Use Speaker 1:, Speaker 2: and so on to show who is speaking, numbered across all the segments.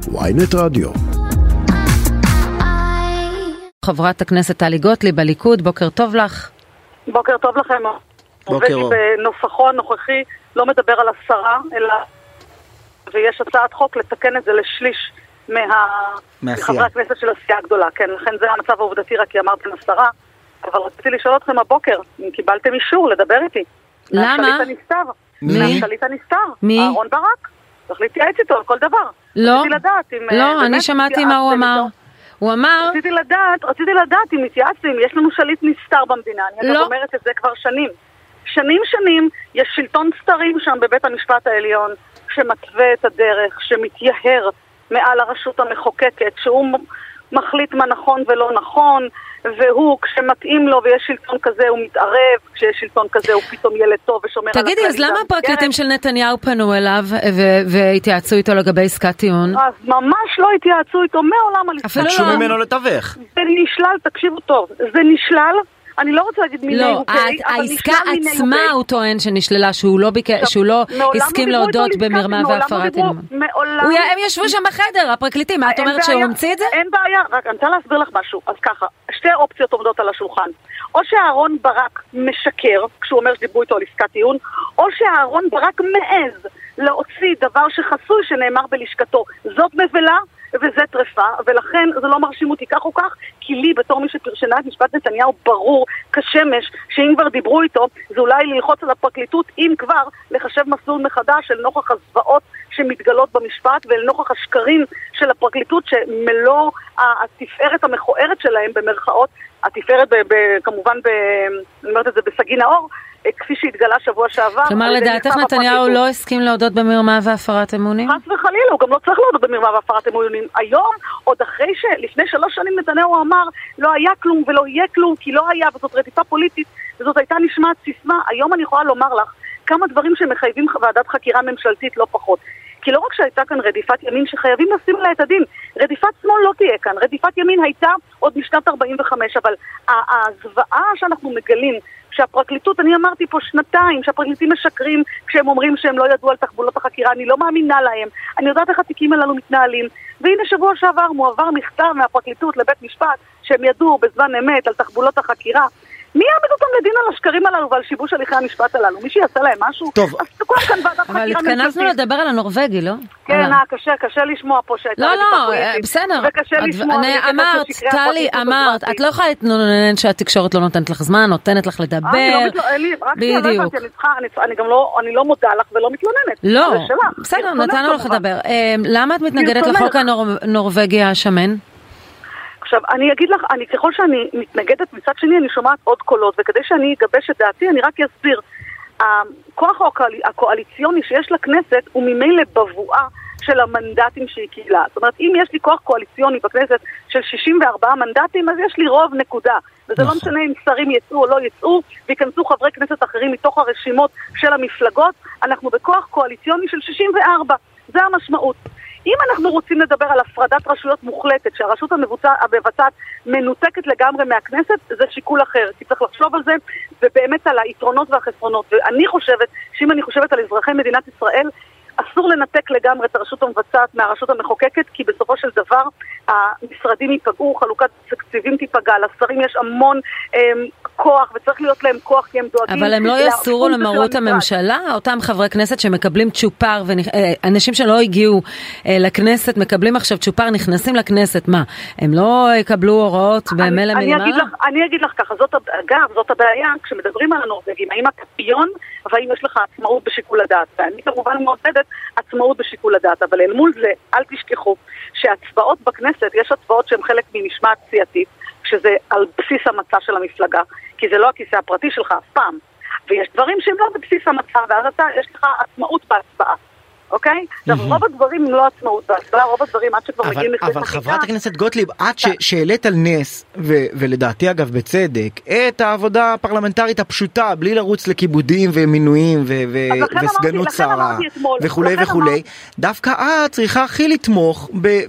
Speaker 1: ynet רדיו.
Speaker 2: חברת הכנסת טלי גוטליב בליכוד, בוקר טוב לך.
Speaker 3: בוקר טוב לכם.
Speaker 4: בוקר טוב.
Speaker 3: בנופחון נוכחי לא מדבר על 10, אלא ויש הצעת חוק לתקן את זה לשליש מחברי הכנסת של הסיעה הגדולה. כן, לכן זה המצב העובדתי, רק כי אמרתם 10. אבל רציתי לשאול אתכם הבוקר, אם קיבלתם אישור לדבר איתי.
Speaker 2: למה?
Speaker 3: מהשליט הנסתר.
Speaker 2: מי?
Speaker 3: אהרון ברק. צריך להתייעץ איתו על כל דבר.
Speaker 2: לא, לא, אני שמעתי מה הוא אמר. הוא אמר...
Speaker 3: רציתי לדעת אם התייעצתי, אם יש לנו שליט נסתר במדינה. אני לא אומרת את זה כבר שנים. שנים יש שלטון סתרים שם בבית המשפט העליון, שמתווה את הדרך, שמתייהר מעל הרשות המחוקקת, שהוא מחליט מה נכון ולא נכון, והוא כשמתאים לו ויש שלטון כזה הוא מתערב, כשיש שלטון כזה הוא פתאום ילד טוב ושומר על הכללים.
Speaker 2: תגידי, אז למה הפרקליטים של נתניהו פנו אליו והתייעצו איתו לגבי עסקת טיעון?
Speaker 3: אז ממש לא התייעצו איתו מעולם על עסקת טיעון.
Speaker 4: ביקשו ממנו לתווך.
Speaker 3: זה נשלל, תקשיבו טוב, זה נשלל. אני לא רוצה להגיד מיני הוקי,
Speaker 2: אבל העסקה עצמה הוא טוען שנשללה, שהוא לא הסכים להודות במרמה והפרת אמונים. הם ישבו שם בחדר, הפרקליטים, מה את אומרת שהוא המציא את זה?
Speaker 3: אין בעיה, רק אני רוצה להסביר לך משהו. אז ככה, שתי אופציות עומדות על השולחן. או שאהרון ברק משקר, כשהוא אומר שדיברו איתו על עסקת טיעון, או שאהרון ברק מעז להוציא דבר שחסוי שנאמר בלשכתו. זאת מבלה וזה טרפה, ולכן זה לא מרשים אותי כך או כך, כי לי בתור מי שפרשנה את משפט נתניהו ברור כשמש שאם כבר דיברו איתו, זה אולי ללחוץ על הפרקליטות, אם כבר לחשב מסלול מחדש של נוכח הזוועות שמתגלות במשפט, ולנוכח השקרים של הפרקליטות שמלוא התפארת המכוערת שלהם במרכאות, התפארת כמובן אני אומרת את זה בסגין האור, כפי שהתגלה שבוע שעבר.
Speaker 2: כלומר, לדעתך נתניהו לא הסכים להודות במרמה והפרת אמונים?
Speaker 3: חס וחלילה, הוא גם לא צריך להודות במרמה והפרת אמונים. היום, עוד אחרי שלפני 3 שנים נתניהו אמר, לא היה כלום ולא יהיה כלום, כי לא היה, וזאת רדיפה פוליטית, וזאת הייתה נשמעת סיסמה. היום אני יכולה לומר לך כמה דברים שמחייבים ועדת חקירה ממשלתית לא פחות. כי לא רק שהייתה כאן רדיפת ימין שחייבים לשים לה את הדין, רדיפת שמאל לא תהיה כאן, רדיפת ימין הייתה עוד משנת 45, אבל הזוועה שאנחנו מגלים, שהפרקליטות, אני אמרתי פה 2 שהפרקליטים משקרים כשהם אומרים שהם לא ידעו על תחבולות החקירה, אני לא מאמינה להם, אני יודעת איך התיקים הללו מתנהלים, והנה שבוע שעבר מועבר מכתב מהפרקליטות לבית משפט שהם ידעו בזמן אמת על תחבולות החקירה. מי יעמד אותם לדין על השקרים הללו ועל שיבוש הליכי המשפט הללו? מי שיעשה להם משהו?
Speaker 4: טוב.
Speaker 3: אז תקוע כאן ועדת חקירה
Speaker 2: ממשלתית. אבל התכנסנו לדבר על הנורווגי, לא?
Speaker 3: כן, קשה לשמוע פה שהייתה
Speaker 2: לא, בסדר.
Speaker 3: וקשה לשמוע.
Speaker 2: אמרת, טלי, אמרת, את לא יכולה להתנונן שהתקשורת לא נותנת לך זמן, נותנת לך לדבר.
Speaker 3: בדיוק. אני לא מודה לך ולא מתלוננת.
Speaker 2: לא, בסדר, נתנו לך לדבר. למה את מתנגדת לחוק הנורווגי השמן?
Speaker 3: עכשיו, אני אגיד לך, ככל שאני מתנגדת מצד שני, אני שומעת עוד קולות, וכדי שאני אגבש את דעתי, אני רק אסביר. הכוח הקואליציוני שיש לכנסת הוא ממילא בבואה של המנדטים שהיא קיבלה. זאת אומרת, אם יש לי כוח קואליציוני בכנסת של 64 מנדטים, אז יש לי רוב נקודה. וזה לא משנה אם שרים יצאו או לא יצאו, ויכנסו חברי כנסת אחרים מתוך הרשימות של המפלגות, אנחנו בכוח קואליציוני של 64. זה המשמעות. אם אנחנו רוצים לדבר על הפרדת רשויות מוחלטת, שהרשות המבצעת מנותקת לגמרי מהכנסת, זה שיקול אחר. כי צריך לחשוב על זה, ובאמת על היתרונות והחסרונות. ואני חושבת, שאם אני חושבת על אזרחי מדינת ישראל, אסור לנתק לגמרי את הרשות המבצעת מהרשות המחוקקת, כי בסופו של דבר המשרדים ייפגעו, חלוקת תקציבים תיפגע, לשרים יש המון כוח, וצריך להיות להם כוח כי הם דואגים.
Speaker 2: אבל הם לא יסורו למרות הממשלה? אותם חברי כנסת שמקבלים צ'ופר, אנשים שלא הגיעו לכנסת מקבלים עכשיו צ'ופר, נכנסים לכנסת, מה? הם לא יקבלו הוראות במילא מלמעלה?
Speaker 3: אני אגיד לך ככה, זאת הבעיה, כשמדברים על הנורווגים, האם אתה פיון, והאם יש לך עצמאות בשיקול הדעת? ואני כמובן מעודדת עצמאות בשיקול הדעת, אבל אל מול זה, אל תשכחו שהצבעות בכנסת, יש הצבעות שהן חלק ממשמעת סיעתית, שזה על בסיס המצע של המפלגה, כי זה לא הכיסא הפרטי שלך אף פעם, ויש דברים שהם לא בבסיס המצע, ואז יש לך עצמאות בהצבעה. אוקיי? עכשיו, רוב הדברים לא עצמאות בהצבעה, רוב הדברים עד שכבר מגיעים לכנסת חקיקה.
Speaker 4: אבל חברת הכנסת גוטליב, עד שהעלית על נס, ולדעתי אגב בצדק, את העבודה הפרלמנטרית הפשוטה, בלי לרוץ לכיבודים ומינויים וסגנות שרה וכולי וכולי, דווקא את צריכה הכי לתמוך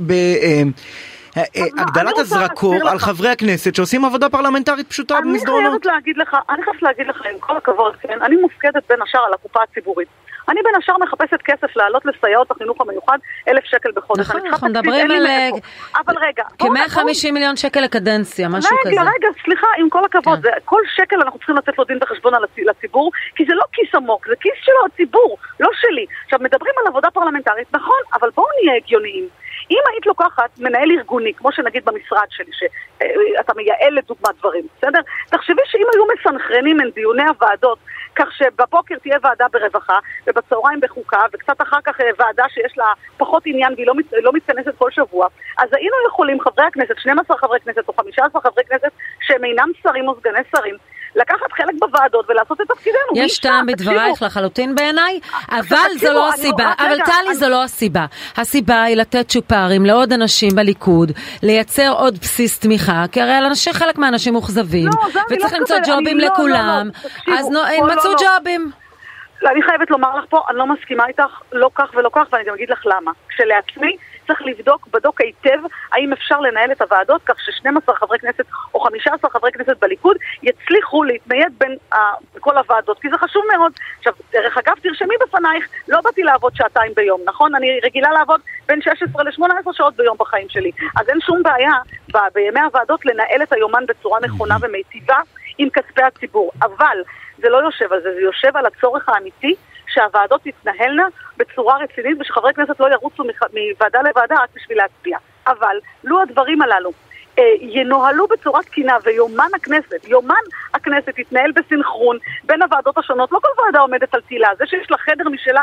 Speaker 4: הגדלת הזרקור על חברי הכנסת שעושים עבודה פרלמנטרית פשוטה במסדרונות.
Speaker 3: אני חייבת להגיד לך, עם כל הכבוד, אני מופקדת בין השאר על הקופה הציבורית. אני בין השאר מחפשת כסף לעלות לסייעות החינוך המיוחד 1,000 שקל בחודש.
Speaker 2: נכון, אנחנו מדברים על
Speaker 3: אבל רגע,
Speaker 2: כ-150 מיליון שקל לקדנציה, משהו כזה.
Speaker 3: רגע, סליחה, עם כל הכבוד, כל שקל אנחנו צריכים לתת לו דין וחשבון לציבור, כי זה לא כיס עמוק, זה כיס שלו הציבור, לא שלי. עכשיו, מדברים על עבודה פרלמנטרית, נכון, אבל בואו נהיה הגיוניים. אם היית לוקחת מנהל ארגוני, כמו שנגיד במשרד שלי, שאתה מייעל לדוגמה דברים, בסדר? תחשבי שאם היו מסנכרנים בין דיוני הוועדות, כך שבבוקר תהיה ועדה ברווחה, ובצהריים בחוקה, וקצת אחר כך ועדה שיש לה פחות עניין והיא לא מתכנסת כל שבוע, אז היינו יכולים חברי הכנסת, 12 חברי כנסת או 15 חברי כנסת, שהם אינם שרים או סגני שרים, לקחת חלק בוועדות ולעשות את תפקידנו.
Speaker 2: יש טעם בדברייך לחלוטין בעיניי, אבל זו לא הסיבה. אבל טלי, זו לא הסיבה. הסיבה היא לתת צ'ופרים לעוד אנשים בליכוד, לייצר עוד בסיס תמיכה, כי הרי חלק מהאנשים מוכזבים, וצריך למצוא ג'ובים לכולם, אז מצאו ג'ובים.
Speaker 3: אני חייבת לומר לך פה, אני לא מסכימה איתך, לא כך ולא כך, ואני גם אגיד לך למה. כשלעצמי צריך בדוק היטב האם אפשר לנהל את הוועדות כך ש12 חברי כנסת או 15 חברי כנסת בליכוד יצליחו להתנייד בין כל הוועדות, כי זה חשוב מאוד. עכשיו, דרך אגב, תרשמי בפנייך, לא באתי לעבוד 2 שעתיים ביום, נכון? אני רגילה לעבוד בין 16 ל-18 שעות ביום בחיים שלי. אז אין שום בעיה בימי הוועדות לנהל את היומן בצורה נכונה ומיטיבה עם כספי הציבור. אבל זה לא יושב על זה, זה יושב על הצורך האמיתי שהוועדות תתנהלנה בצורה רצינית ושחברי כנסת לא ירוצו מוועדה לוועדה רק בשביל להצביע. אבל לו הדברים הללו ינוהלו בצורה תקינה ויומן הכנסת יתנהל בסינכרון בין הוועדות השונות, לא כל ועדה עומדת על תילה, זה שיש לה חדר משלה.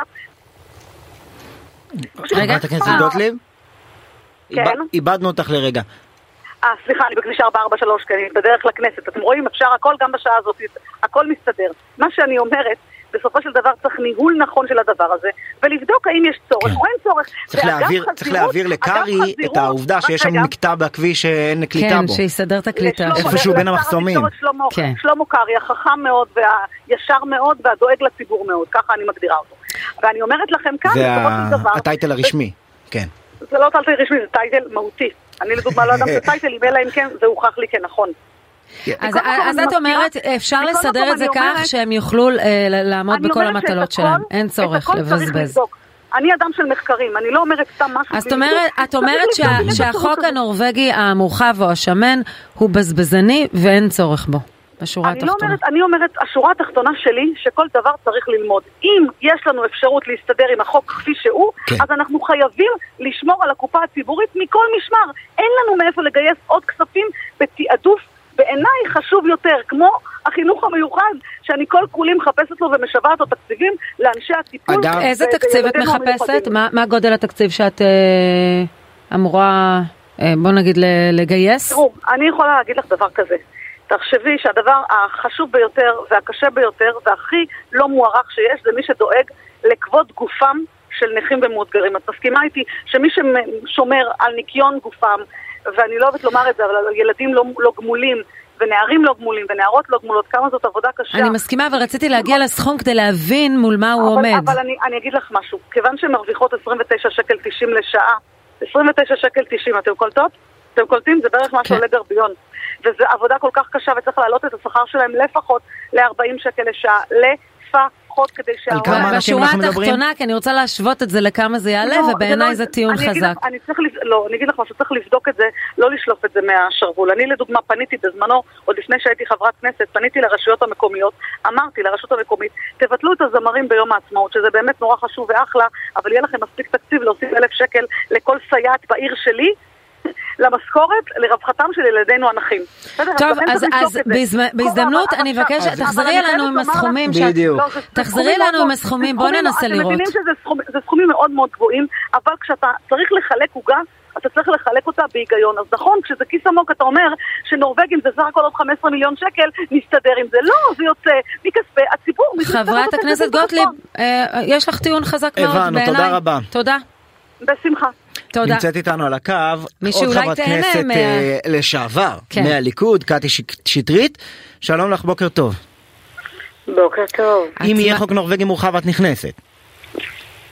Speaker 4: חברת הכנסת גוטליב?
Speaker 3: כן?
Speaker 4: איבדנו אותך לרגע.
Speaker 3: סליחה, אני בכביש 443, כי אני בדרך לכנסת. אתם רואים, אפשר הכל גם בשעה הזאת, הכל מסתדר. מה שאני אומרת, בסופו של דבר צריך ניהול נכון של הדבר הזה, ולבדוק האם יש צורך או אין צורך.
Speaker 4: צריך להעביר לקרי את העובדה שיש שם מקטע בכביש שאין קליטה בו.
Speaker 2: כן, שיסדר את הקליטה.
Speaker 4: איפשהו בין המחסומים.
Speaker 3: שלמה קרי, החכם מאוד והישר מאוד והדואג לציבור מאוד, ככה אני מגדירה אותו. ואני אומרת לכם כאן, בסופו של דבר...
Speaker 4: זה הטייטל הרשמי, כן.
Speaker 3: זה לא טייטל רשמי, זה טייטל מהותי. אני לדוגמה לא אדם שטייטל, אלא אם כן זה הוכח לי כנכון.
Speaker 2: אז את אומרת, אפשר לסדר את זה כך שהם יוכלו לעמוד בכל המטלות שלהם. אין צורך לבזבז.
Speaker 3: אני אדם של מחקרים, אני לא אומרת סתם משהו.
Speaker 2: אז את אומרת שהחוק הנורווגי המורחב או השמן הוא בזבזני ואין צורך בו.
Speaker 3: אני אומרת, השורה התחתונה שלי, שכל דבר צריך ללמוד. אם יש לנו אפשרות להסתדר עם החוק כפי שהוא, אז אנחנו חייבים לשמור על הקופה הציבורית מכל משמר. אין לנו מאיפה לגייס עוד כספים בתעדוף בעיניי חשוב יותר, כמו החינוך המיוחד, שאני כל כולי מחפשת לו ומשוועת לו תקציבים לאנשי הטיפול.
Speaker 2: איזה תקציב את מחפשת? מה גודל התקציב שאת אמורה, בוא נגיד, לגייס?
Speaker 3: תראו, אני יכולה להגיד לך דבר כזה. תחשבי שהדבר החשוב ביותר והקשה ביותר והכי לא מוערך שיש זה מי שדואג לכבוד גופם של נכים ומאותגרים. את מסכימה איתי שמי ששומר על ניקיון גופם, ואני לא אוהבת לומר את זה, אבל ילדים לא גמולים ונערים לא גמולים ונערות לא גמולות, כמה זאת עבודה קשה.
Speaker 2: אני מסכימה ורציתי להגיע לסכום כדי להבין מול מה הוא עומד.
Speaker 3: אבל אני אגיד לך משהו, כיוון שהן מרוויחות 29 שקל 90 לשעה, 29 שקל 90, אתם קולטות? אתם קולטים? זה בערך מה שעולה גרביון. וזו עבודה כל כך קשה וצריך להעלות את השכר שלהם לפחות ל-40 שקל לשעה, לפחות כדי
Speaker 2: בשורה התחתונה, כי אני רוצה להשוות את זה לכמה זה יעלה, ובעיניי זה טיעון חזק.
Speaker 3: אני אגיד לך משהו, צריך לבדוק את זה, לא לשלוף את זה מהשרוול. אני לדוגמה פניתי בזמנו, עוד לפני שהייתי חברת כנסת, פניתי לרשויות המקומיות, אמרתי לרשות המקומית, תבטלו את הזמרים ביום העצמאות, שזה באמת נורא חשוב ואחלה, אבל יהיה לכם מספיק תקציב להוסיף 1,000 שקל לכל סייעת בעיר שלי, למשכורת, לרווחתם של ילדינו הנכים.
Speaker 2: טוב, אז בהזדמנות אני מבקש, תחזרי אלינו עם הסכומים, תחזרי אלינו עם הסכומים, בואו ננסה לראות.
Speaker 3: אתם מבינים שזה סכומים מאוד מאוד גבוהים, אבל כשאתה צריך לחלק עוגה, אתה צריך לחלק אותה בהיגיון. אז נכון, כשזה כיס עמוק, אתה אומר שנורווגים זה זר כל עוד 15 מיליון שקל, נסתדר עם זה. לא, זה יוצא מכספי הציבור.
Speaker 2: חברת הכנסת גוטליב, יש לך טיעון חזק מאוד בעיניי.
Speaker 4: הבנו, תודה רבה.
Speaker 2: תודה.
Speaker 3: בשמחה.
Speaker 2: תודה.
Speaker 4: נמצאת איתנו על הקו עוד חברת כנסת לשעבר מהליכוד, קטי שטרית. שלום לך, בוקר טוב.
Speaker 1: בוקר טוב.
Speaker 4: אם יהיה חוק נורווגי מורחב את נכנסת?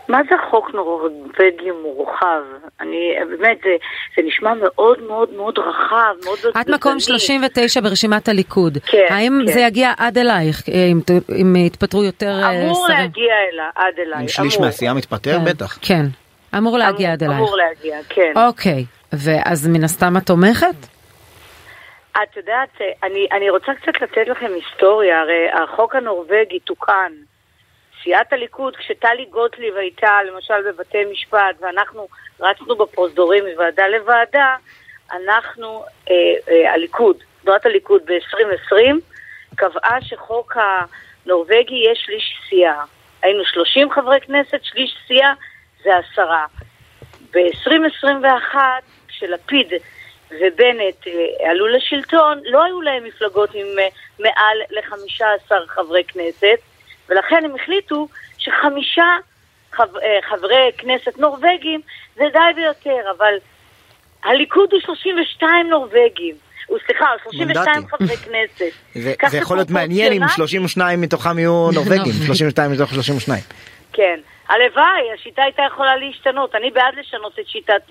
Speaker 1: מה זה חוק נורווגי מורחב? באמת, זה נשמע מאוד מאוד מאוד רחב, מאוד...
Speaker 2: את מקום 39 ברשימת הליכוד.
Speaker 1: כן,
Speaker 2: האם זה יגיע עד אלייך, אם יתפטרו יותר שרים?
Speaker 1: אמור להגיע עד אליי.
Speaker 4: אם שליש מהסיעה מתפטר, בטח.
Speaker 2: כן, אמור להגיע עד אלייך.
Speaker 1: אמור להגיע, כן.
Speaker 2: אוקיי, ואז מן הסתם את תומכת?
Speaker 1: את יודעת, אני רוצה קצת לתת לכם היסטוריה, הרי החוק הנורווגי תוקן. סיעת הליכוד, כשטלי גוטליב הייתה למשל בבתי משפט, ואנחנו רצנו בפרוזדורים מוועדה לוועדה, אנחנו, הליכוד, תנועת הליכוד ב-2020, קבעה שחוק הנורווגי יש שליש סיעה. היינו 30 חברי כנסת, שליש סיעה זה 10. ב-2021, כשלפיד ובנט עלו לשלטון, לא היו להם מפלגות עם מעל ל-15 חברי כנסת, ולכן הם החליטו ש5 חברי כנסת נורווגים זה די ביותר, אבל הליכוד הוא 32 נורווגים, סליחה, 32 חברי כנסת.
Speaker 4: זה יכול להיות מעניין אם 32 מתוכם יהיו נורווגים, 32 מתוך 32.
Speaker 1: כן, הלוואי, השיטה הייתה יכולה להשתנות, אני בעד לשנות את שיטת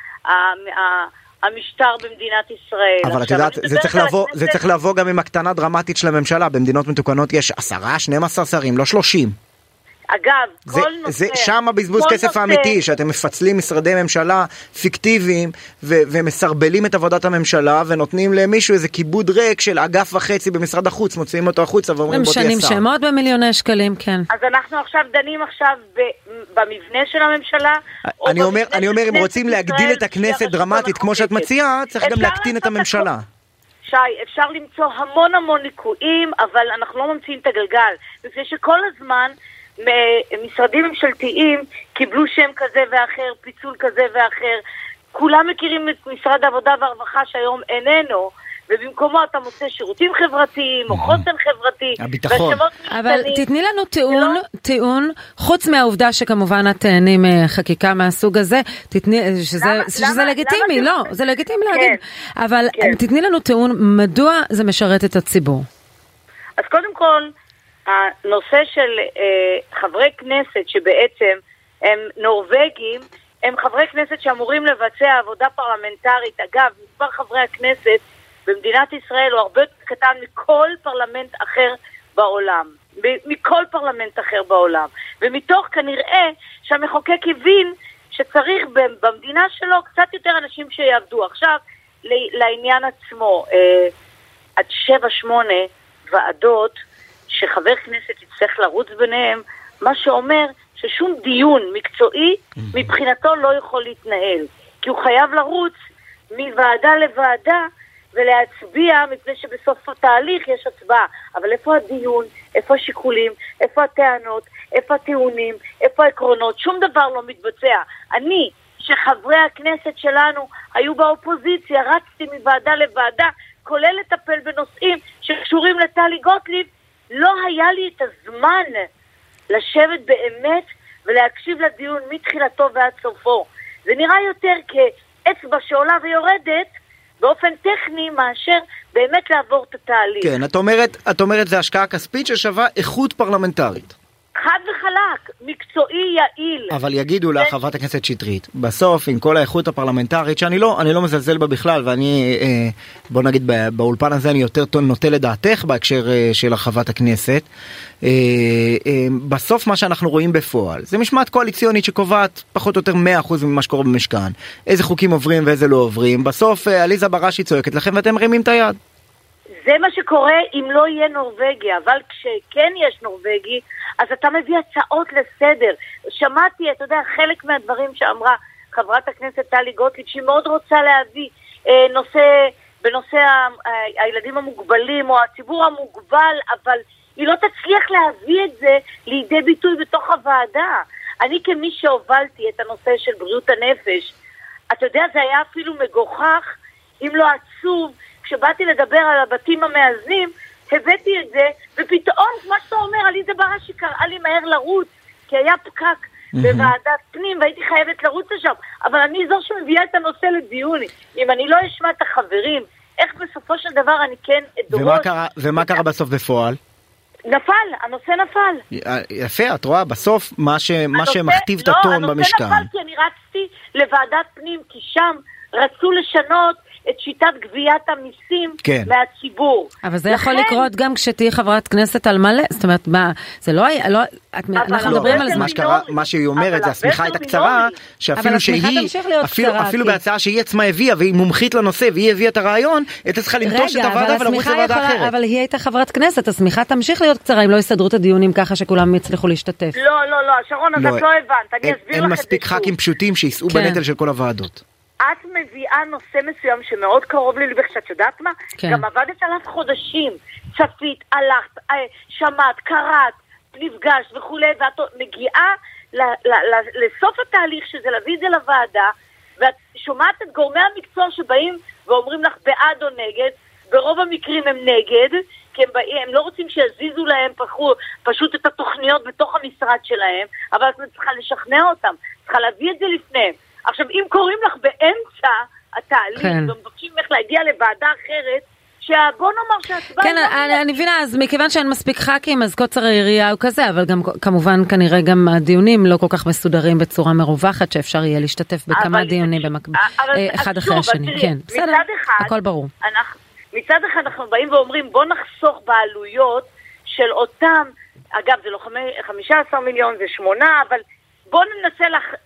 Speaker 1: המשטר במדינת ישראל.
Speaker 4: אבל את יודעת, זה צריך לבוא גם עם הקטנה דרמטית של הממשלה. במדינות מתוקנות יש 10, 12 שרים, לא 30.
Speaker 1: אגב, כל נושא...
Speaker 4: זה שם הבזבוז כסף האמיתי, שאתם מפצלים משרדי ממשלה פיקטיביים, ומסרבלים את עבודת הממשלה, ונותנים למישהו איזה כיבוד ריק של אגף וחצי במשרד החוץ, מוציאים אותו החוצה ואומרים בוא תהיה שר.
Speaker 2: הם שנים שמות במיליוני שקלים, כן.
Speaker 1: אז אנחנו עכשיו דנים עכשיו במבנה של הממשלה.
Speaker 4: אני אומר, אם רוצים להגדיל את הכנסת דרמטית כמו שאת מציעה, צריך גם להקטין את הממשלה.
Speaker 1: שי, אפשר למצוא המון המון ליקויים, אבל אנחנו לא ממציאים את הגלגל. לפני שכל הזמן משרדים ממשלתיים קיבלו שם כזה ואחר, פיצול כזה ואחר. כולם מכירים את משרד העבודה והרווחה שהיום איננו, ובמקומו אתה מוצא שירותים חברתיים או חוסן חברתי.
Speaker 4: הביטחון.
Speaker 2: אבל תתני לנו טיעון, חוץ מהעובדה שכמובן את תהנים חקיקה מהסוג הזה, שזה לגיטימי, לא, זה לגיטימי להגיד. אבל תתני לנו טיעון, מדוע זה משרת את הציבור?
Speaker 1: אז קודם כל, הנושא של חברי כנסת שבעצם הם נורווגים, הם חברי כנסת שאמורים לבצע עבודה פרלמנטרית. אגב, מספר חברי הכנסת במדינת ישראל הוא הרבה יותר קטן מכל פרלמנט אחר בעולם. מכל פרלמנט אחר בעולם. ומתוך כנראה שהמחוקק הבין שצריך במדינה שלו קצת יותר אנשים שיעבדו. עכשיו, לעניין עצמו, עד 7-8 ועדות, שחבר כנסת יצטרך לרוץ ביניהם, מה שאומר ששום דיון מקצועי מבחינתו לא יכול להתנהל. כי הוא חייב לרוץ מוועדה לוועדה ולהצביע, מפני שבסוף התהליך יש הצבעה. אבל איפה הדיון, איפה השיקולים, איפה הטענות, איפה הטיעונים, איפה העקרונות? שום דבר לא מתבצע. אני, שחברי הכנסת שלנו היו באופוזיציה, רצתי מוועדה לוועדה, כולל לטפל בנושאים שקשורים לטלי גוטליב, לא היה לי את הזמן לשבת באמת ולהקשיב לדיון מתחילתו ועד סופו. זה נראה יותר כאצבע שעולה ויורדת באופן טכני מאשר באמת לעבור את התהליך.
Speaker 4: כן, את אומרת זה השקעה כספית ששווה איכות פרלמנטרית.
Speaker 1: חד וחלק, מקצועי, יעיל.
Speaker 4: אבל יגידו לך, חברת הכנסת שטרית, בסוף עם כל האיכות הפרלמנטרית, שאני לא מזלזל בה בכלל, ואני, בוא נגיד, באולפן הזה אני יותר נוטה לדעתך בהקשר של הרחבת הכנסת, בסוף מה שאנחנו רואים בפועל, זה משמעת קואליציונית שקובעת פחות או יותר 100% ממה שקורה במשכן, איזה חוקים עוברים ואיזה לא עוברים, בסוף עליזה בראשי צועקת לכם ואתם מרימים את היד.
Speaker 1: זה מה שקורה אם לא יהיה נורווגי, אבל כשכן יש נורווגי, אז אתה מביא הצעות לסדר. שמעתי, אתה יודע, חלק מהדברים שאמרה חברת הכנסת טלי גוטליב, שהיא מאוד רוצה להביא בנושא הילדים המוגבלים או הציבור המוגבל, אבל היא לא תצליח להביא את זה לידי ביטוי בתוך הוועדה. אני כמי שהובלתי את הנושא של בריאות הנפש, אתה יודע, זה היה אפילו מגוחך, אם לא עצוב, כשבאתי לדבר על הבתים המאזנים, הבאתי את זה, ופתאום, כמו שאתה אומר, עליזה בראשי קראה לי מהר לרוץ, כי היה פקק בוועדת פנים, והייתי חייבת לרוץ לשם, אבל אני זו שמביאה את הנושא לדיון. אם אני לא אשמע את החברים, איך בסופו של דבר אני כן אדרוש...
Speaker 4: ומה קרה בסוף בפועל?
Speaker 1: הנושא נפל.
Speaker 4: יפה, את רואה, בסוף מה שמכתיב את הטון במשכן.
Speaker 1: הנושא נפל כי אני רצתי לוועדת פנים, כי שם רצו לשנות את שיטת גביית המיסים מהציבור.
Speaker 2: אבל זה יכול לקרות גם כשתהי חברת כנסת על מלא, זאת אומרת, זה לא היה, אנחנו מדברים על זה.
Speaker 4: מה שהיא אומרת, זה השמיכה הייתה קצרה, שאפילו שהיא, אפילו בהצעה שהיא עצמה הביאה, והיא מומחית לנושא, והיא הביאה את הרעיון, הייתה צריכה לנטוש את הוועדה ולרוץ לוועדה אחרת.
Speaker 2: אבל היא הייתה חברת כנסת, השמיכה תמשיך להיות קצרה, אם לא יסדרו את הדיונים ככה שכולם יצליחו להשתתף.
Speaker 1: לא, שרון, אז את לא הבנת, אני אסביר לך את זה.
Speaker 4: אין מספיק ח"כים פשוטים שיסעו בנטל של כל הוועדות.
Speaker 1: את מביאה נושא מסוים שמאוד קרוב ללבך, שאת יודעת מה? גם עבדת עליו חודשים, צפית, הלכת, שמעת, קראת, נפגשת וכולי, ואת מגיעה לסוף התהליך שזה להביא את זה לוועדה, ואת שומעת את גורמי המקצוע שבאים ואומרים לך בעד או נגד, ברוב המקרים הם נגד, כי הם לא רוצים שיזיזו להם פשוט את התוכניות בתוך המשרד שלהם, אבל את צריכה לשכנע אותם, צריכה להביא את זה לפניהם. עכשיו, אם קוראים לך באמצע התהליך, ומבקשים איך להגיע לוועדה אחרת, בוא נאמר שהצבעה...
Speaker 2: כן, אני מבינה, אז מכיוון שאין מספיק ח"כים, אז קוצר היריעה הוא כזה, אבל גם, כמובן, כנראה גם הדיונים לא כל כך מסודרים בצורה מרווחת, שאפשר יהיה להשתתף בכמה דיונים אחד אחרי השני. כן, בסדר, הכל ברור.
Speaker 1: מצד אחד אנחנו באים ואומרים, בוא נחסוך בעלויות של אותם, אגב, זה לא 15 מיליון, זה 8, אבל בוא ננסה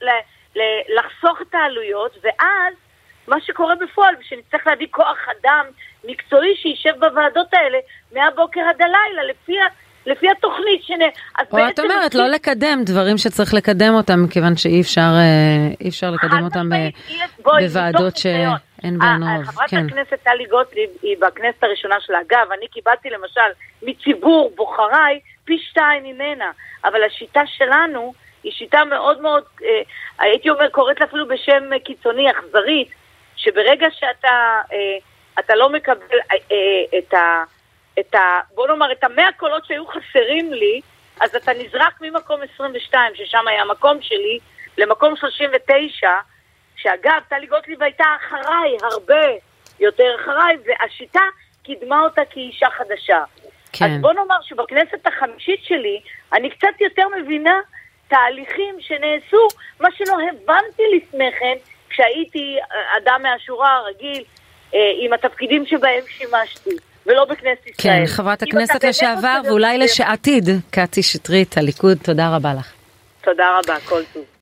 Speaker 1: לחסוך את העלויות, ואז מה שקורה בפועל, שנצטרך להביא כוח אדם מקצועי שישב בוועדות האלה מהבוקר עד הלילה, לפי התוכנית.
Speaker 2: או את אומרת, לא לקדם דברים שצריך לקדם אותם, כיוון שאי אפשר לקדם אותם בוועדות שאין בהן רוב.
Speaker 1: חברת הכנסת טלי גוטליב היא בכנסת הראשונה שלה. אגב, אני קיבלתי למשל מציבור בוחריי פי 2 ממנה, אבל השיטה שלנו היא שיטה מאוד מאוד, הייתי אומר, קוראת לה אפילו בשם קיצוני, אכזרית, שברגע שאתה לא מקבל בוא נאמר, את 100 קולות שהיו חסרים לי, אז אתה נזרק ממקום 22, ששם היה המקום שלי, למקום 39, שאגב, טלי גוטליב הייתה אחריי, הרבה יותר אחריי, והשיטה קידמה אותה כאישה חדשה. כן. אז בוא נאמר שבכנסת החמישית שלי, אני קצת יותר מבינה תהליכים שנעשו, מה שלא הבנתי לפני כן, כשהייתי אדם מהשורה הרגיל, עם התפקידים שבהם שימשתי, ולא בכנסת ישראל.
Speaker 2: כן, חברת הכנסת לשעבר, ואולי לשעתיד, קטי שטרית, הליכוד, תודה רבה לך.
Speaker 1: תודה רבה, כל טוב.